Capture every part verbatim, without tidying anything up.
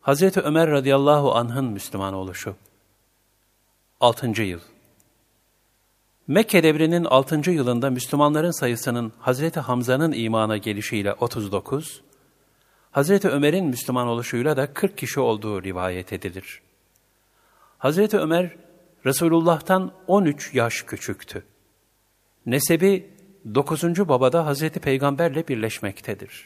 Hazreti Ömer radıyallahu anh'ın Müslüman oluşu. altıncı yıl. Mekke devrinin altıncı yılında Müslümanların sayısının Hazreti Hamza'nın imana gelişiyle otuz dokuz, Hazreti Ömer'in Müslüman oluşuyla da kırk kişi olduğu rivayet edilir. Hazreti Ömer, Resulullah'tan on üç yaş küçüktü. Nesebi dokuzuncu babada Hazreti Peygamberle birleşmektedir.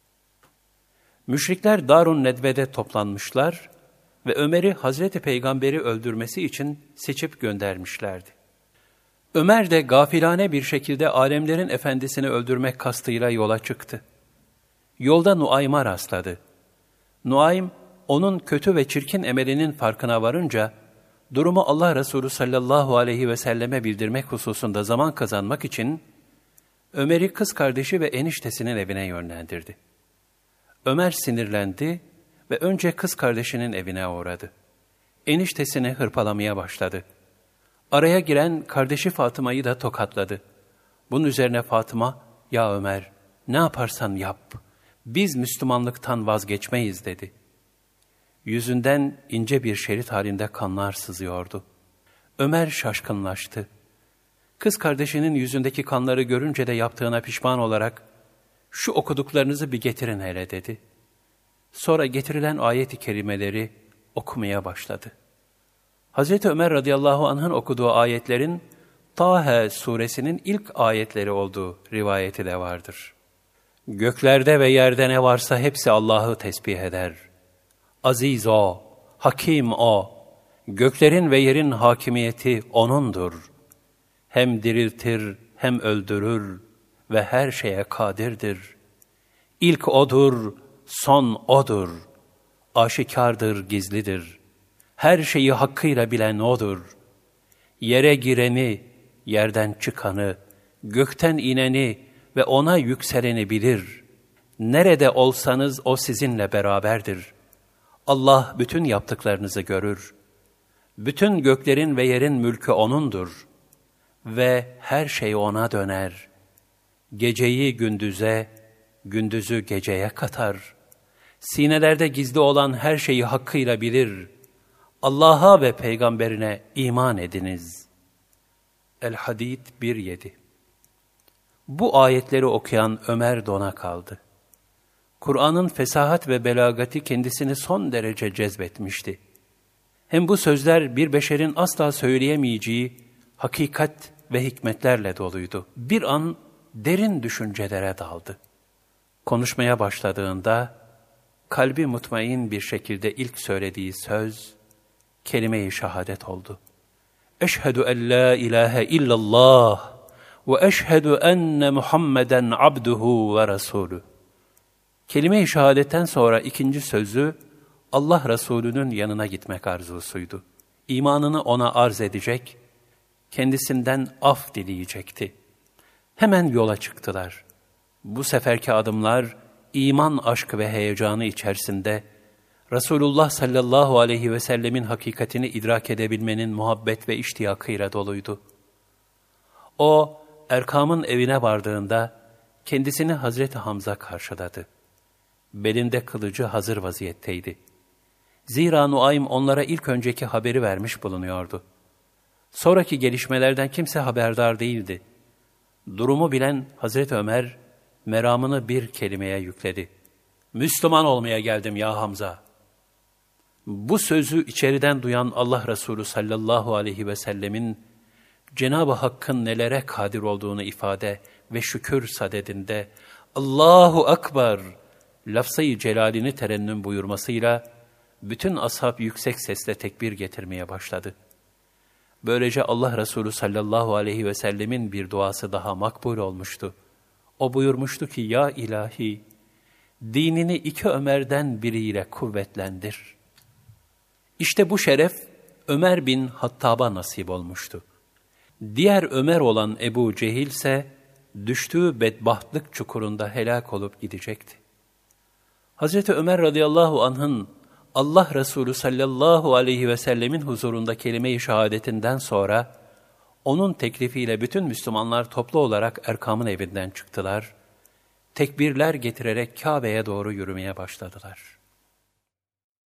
Müşrikler Darun Nedve'de toplanmışlar ve Ömer'i Hazreti Peygamber'i öldürmesi için seçip göndermişlerdi. Ömer de gafilane bir şekilde alemlerin efendisini öldürmek kastıyla yola çıktı. Yolda Nuaym'a rastladı. Nuaym, onun kötü ve çirkin emelinin farkına varınca, durumu Allah Resulü sallallahu aleyhi ve selleme bildirmek hususunda zaman kazanmak için, Ömer'i kız kardeşi ve eniştesinin evine yönlendirdi. Ömer sinirlendi ve önce kız kardeşinin evine uğradı. Eniştesini hırpalamaya başladı. Araya giren kardeşi Fatıma'yı da tokatladı. Bunun üzerine Fatıma, "Ya Ömer, ne yaparsan yap, biz Müslümanlıktan vazgeçmeyiz," dedi. Yüzünden ince bir şerit halinde kanlar sızıyordu. Ömer şaşkınlaştı. Kız kardeşinin yüzündeki kanları görünce de yaptığına pişman olarak, "Şu okuduklarınızı bir getirin hele," dedi. Sonra getirilen ayet-i kerimeleri okumaya başladı. Hazreti Ömer radıyallahu anh'ın okuduğu ayetlerin Taha suresinin ilk ayetleri olduğu rivayeti de vardır. Göklerde ve yerde ne varsa hepsi Allah'ı tesbih eder. Aziz O, Hakim O, göklerin ve yerin hakimiyeti O'nundur. Hem diriltir hem öldürür ve her şeye kadirdir. İlk O'dur, son O'dur. Aşikardır, gizlidir. Her şeyi hakkıyla bilen O'dur. Yere gireni, yerden çıkanı, gökten ineni ve O'na yükseleni bilir. Nerede olsanız O sizinle beraberdir. Allah bütün yaptıklarınızı görür. Bütün göklerin ve yerin mülkü O'nundur. Ve her şey O'na döner. Geceyi gündüze, gündüzü geceye katar. Sinelerde gizli olan her şeyi hakkıyla bilir. Allah'a ve peygamberine iman ediniz. El-Hadid bir yedi. Bu ayetleri okuyan Ömer dona kaldı. Kur'an'ın fesahat ve belagati kendisini son derece cezbetmişti. Hem bu sözler bir beşerin asla söyleyemeyeceği hakikat ve hikmetlerle doluydu. Bir an derin düşüncelere daldı. Konuşmaya başladığında kalbi mutmain bir şekilde ilk söylediği söz kelime-i şehadet oldu. Eşhedü en la ilahe illallah ve eşhedü enne Muhammeden abduhu ve rasulü. Kelime-i şehadetten sonra ikinci sözü Allah Resulü'nün yanına gitmek arzusuydu. İmanını ona arz edecek, kendisinden af dileyecekti. Hemen yola çıktılar. Bu seferki adımlar iman aşkı ve heyecanı içerisinde Resulullah sallallahu aleyhi ve sellemin hakikatini idrak edebilmenin muhabbet ve iştiyakıyla doluydu. O, Erkam'ın evine vardığında kendisini Hazreti Hamza karşıladı. Belinde kılıcı hazır vaziyetteydi. Zira Nuaym onlara ilk önceki haberi vermiş bulunuyordu. Sonraki gelişmelerden kimse haberdar değildi. Durumu bilen Hazreti Ömer, meramını bir kelimeye yükledi. "Müslüman olmaya geldim ya Hamza." Bu sözü içeriden duyan Allah Resulü sallallahu aleyhi ve sellemin Cenab-ı Hakk'ın nelere kadir olduğunu ifade ve şükür sadedinde Allahu Ekber lafzayı celalini terennüm buyurmasıyla bütün ashab yüksek sesle tekbir getirmeye başladı. Böylece Allah Resulü sallallahu aleyhi ve sellemin bir duası daha makbul olmuştu. O buyurmuştu ki, "Ya ilahi, dinini iki Ömer'den biriyle kuvvetlendir." İşte bu şeref Ömer bin Hattab'a nasip olmuştu. Diğer Ömer olan Ebu Cehil ise düştüğü bedbahtlık çukurunda helak olup gidecekti. Hazreti Ömer radıyallahu anh'ın Allah Resulü sallallahu aleyhi ve sellemin huzurunda kelime-i şehadetinden sonra onun teklifiyle bütün Müslümanlar toplu olarak Erkam'ın evinden çıktılar. Tekbirler getirerek Kabe'ye doğru yürümeye başladılar.